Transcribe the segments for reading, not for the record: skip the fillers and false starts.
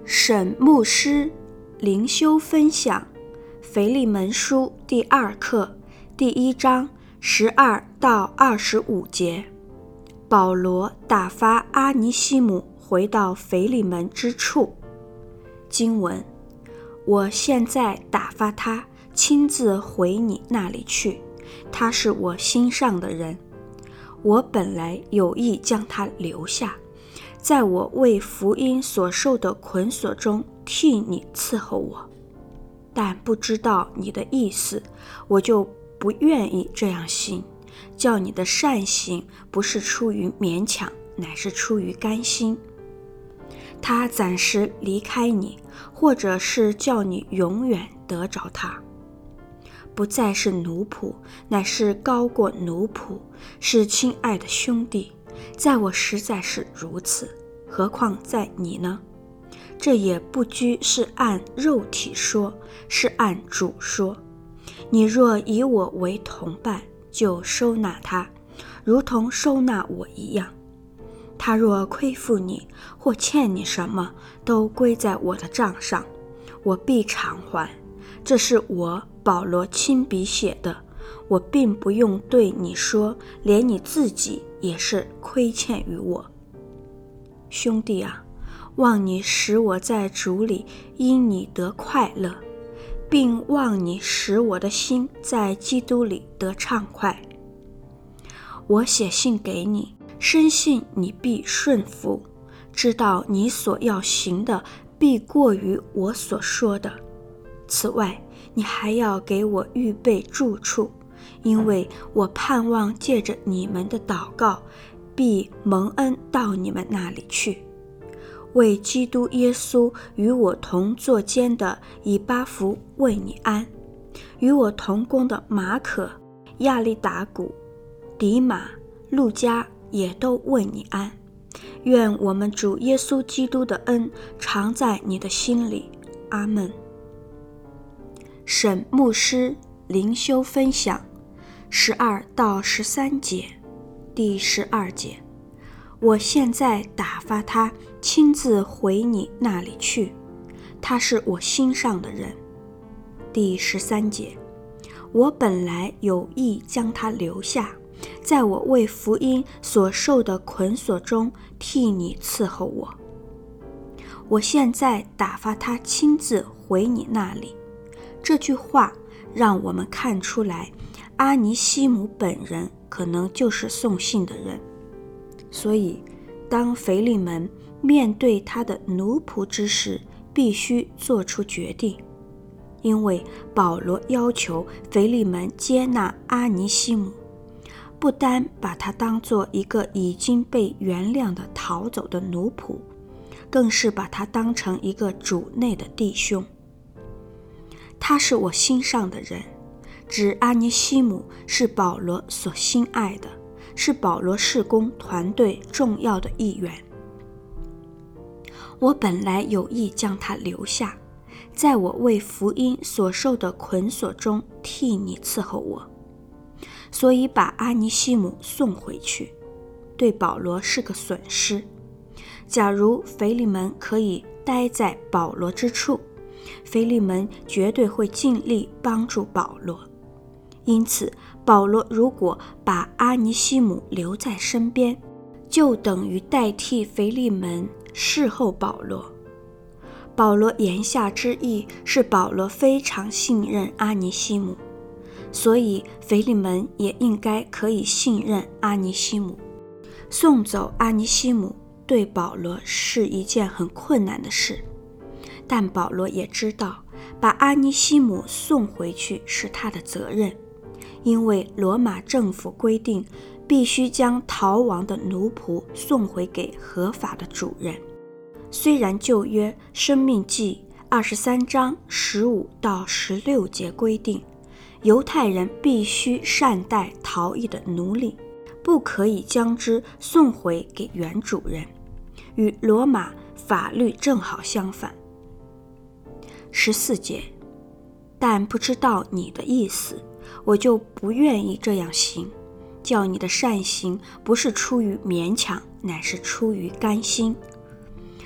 沈牧师灵修分享腓利门书第2课第1章12到25节。保罗打发阿尼西姆回到腓利门之处。经文：我现在打发他亲自回你那里去，他是我心上的人。我本来有意将他留下，在我为福音所受的捆锁中替你伺候我，但不知道你的意思，我就不愿意这样行，叫你的善行不是出于勉强，乃是出于甘心。他暂时离开你，或者是叫你永远得着他，不再是奴仆，乃是高过奴仆，是亲爱的兄弟。在我实在是如此，何况在你呢？这也不拘是按肉体说，是按主说。你若以我为同伴，就收纳他，如同收纳我一样。他若亏负你，或欠你什么，都归在我的账上，我必偿还。这是我保罗亲笔写的，我并不用对你说，连你自己也是亏欠于我。兄弟啊，望你使我在主里因你得快乐，并望你使我的心在基督里得畅快。我写信给你，深信你必顺服，知道你所要行的必过于我所说的。此外，你还要给我预备住处，因为我盼望借着你们的祷告，必蒙恩到你们那里去。为基督耶稣与我同作监的以巴弗为你安，与我同工的马可、亚利达古、迪马、路加也都为你安。愿我们主耶稣基督的恩常在你的心里。阿们。沈牧师灵修分享12到13节。第12节：我现在打发他亲自回你那里去，他是我心上的人。第13节：我本来有意将他留下，在我为福音所受的捆锁中替你伺候我。我现在打发他亲自回你那里。这句话让我们看出来，阿尼西姆本人可能就是送信的人。所以当腓利门面对他的奴仆之时，必须做出决定，因为保罗要求腓利门接纳阿尼西姆，不单把他当作一个已经被原谅的逃走的奴仆，更是把他当成一个主内的弟兄。他是我心上的人，指阿尼西姆是保罗所心爱的，是保罗事工团队重要的一员。我本来有意将他留下，在我为福音所受的捆锁中替你伺候我，所以把阿尼西姆送回去，对保罗是个损失。假如腓利门可以待在保罗之处，腓利门绝对会尽力帮助保罗。因此，保罗如果把阿尼西姆留在身边，就等于代替腓利门侍候保罗。保罗言下之意是保罗非常信任阿尼西姆，所以腓利门也应该可以信任阿尼西姆。送走阿尼西姆对保罗是一件很困难的事，但保罗也知道把阿尼西姆送回去是他的责任，因为罗马政府规定必须将逃亡的奴仆送回给合法的主人。虽然旧约申命记23章15到16节规定，犹太人必须善待逃逸的奴隶，不可以将之送回给原主人，与罗马法律正好相反。14节：但不知道你的意思，我就不愿意这样行，叫你的善行不是出于勉强，乃是出于甘心。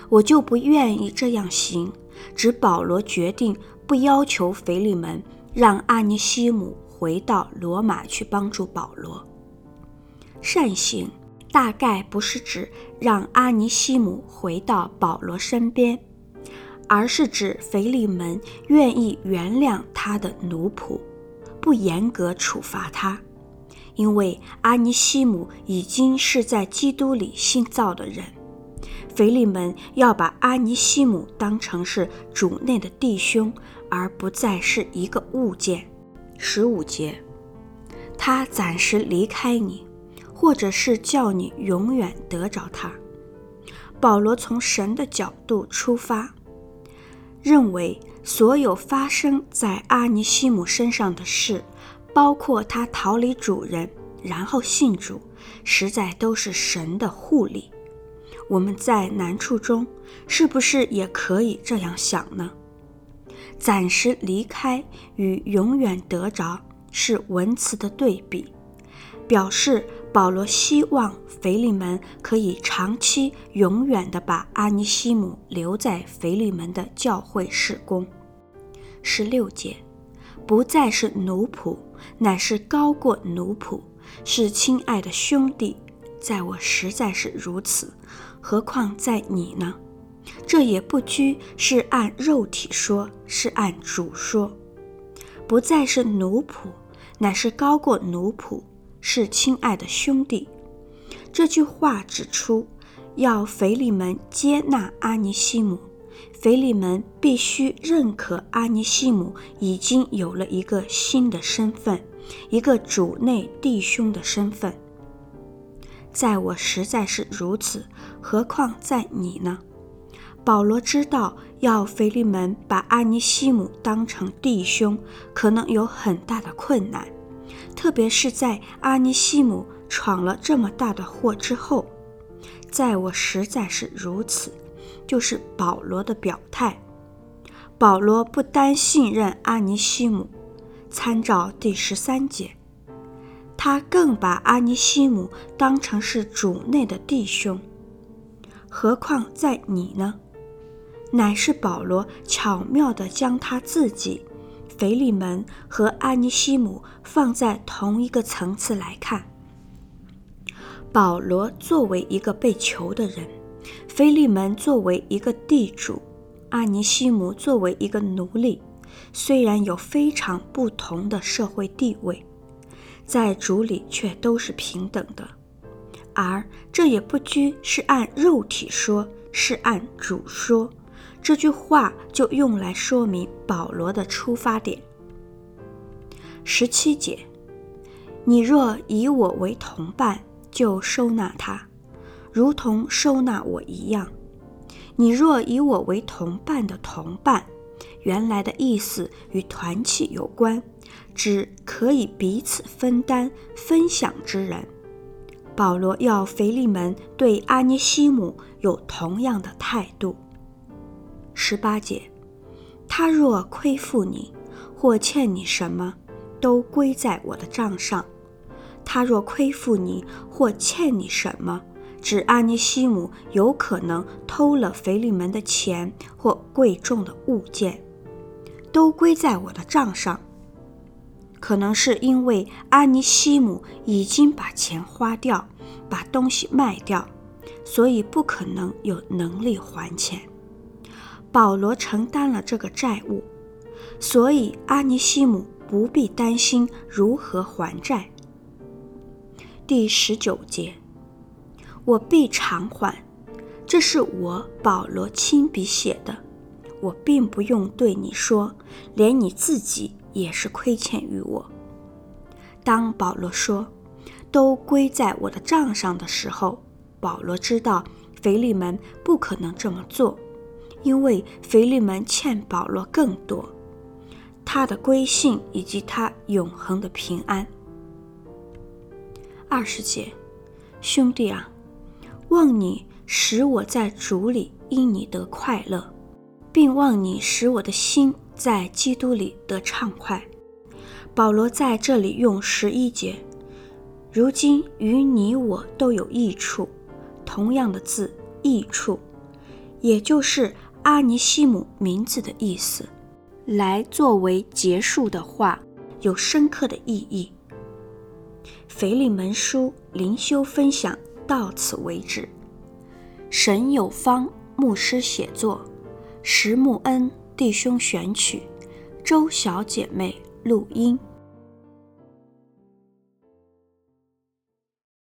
我就不愿意这样行，指保罗决定不要求腓利门让阿尼西姆回到罗马去帮助保罗。善行大概不是指让阿尼西姆回到保罗身边，而是指腓利门愿意原谅他的奴仆，不严格处罚他，因为阿尼西姆已经是在基督里新造的人。腓利门要把阿尼西姆当成是主内的弟兄，而不再是一个物件。15节，他暂时离开你，或者是叫你永远得着他。保罗从神的角度出发，认为所有发生在阿尼西姆身上的事，包括他逃离主人然后信主，实在都是神的护理。我们在难处中是不是也可以这样想呢？暂时离开与永远得着是文词的对比，表示保罗希望腓利门可以长期永远地把阿尼西姆留在腓利门的教会事工。16节，不再是奴仆，乃是高过奴仆，是亲爱的兄弟，在我实在是如此，何况在你呢？这也不拘是按肉体说，是按主说。不再是奴仆，乃是高过奴仆，是亲爱的兄弟。这句话指出，要腓利门接纳阿尼西姆，腓利门必须认可阿尼西姆已经有了一个新的身份，一个主内弟兄的身份。在我实在是如此，何况在你呢？保罗知道要腓利门把阿尼西姆当成弟兄，可能有很大的困难，特别是在阿尼西姆闯了这么大的祸之后。在我实在是如此，就是保罗的表态。保罗不单信任阿尼西姆，参照第13节，他更把阿尼西姆当成是主内的弟兄。何况在你呢？乃是保罗巧妙地将他自己、腓利门和阿尼西姆放在同一个层次来看。保罗作为一个被囚的人，腓利门作为一个地主，阿尼西姆作为一个奴隶，虽然有非常不同的社会地位，在主里却都是平等的。而这也不拘是按肉体说，是按主说。这句话就用来说明保罗的出发点。17节，你若以我为同伴，就收纳他，如同收纳我一样。你若以我为同伴的同伴，原来的意思与团契有关，指可以彼此分担分享之人。保罗要腓利门对阿尼西姆有同样的态度。18节，他若亏负你，或欠你什么，都归在我的账上。他若亏负你，或欠你什么，指阿尼西姆有可能偷了腓利门的钱或贵重的物件，都归在我的账上。可能是因为阿尼西姆已经把钱花掉，把东西卖掉，所以不可能有能力还钱。保罗承担了这个债务，所以阿尼西姆不必担心如何还债。第19节，我必偿还，这是我保罗亲笔写的，我并不用对你说，连你自己也是亏欠于我。当保罗说都归在我的账上的时候，保罗知道腓利门不可能这么做，因为腓利门欠保罗更多，他的归信以及他永恒的平安。20节，兄弟啊，望你使我在主里因你得快乐，并望你使我的心在基督里得畅快。保罗在这里用11节，如今与你我都有益处，同样的字益处， 也就是阿尼西姆名字的意思，来作为结束的话，有深刻的意义。腓利门书灵修分享到此为止。沈有方牧师写作，石木恩弟兄选曲，周小姐妹录音。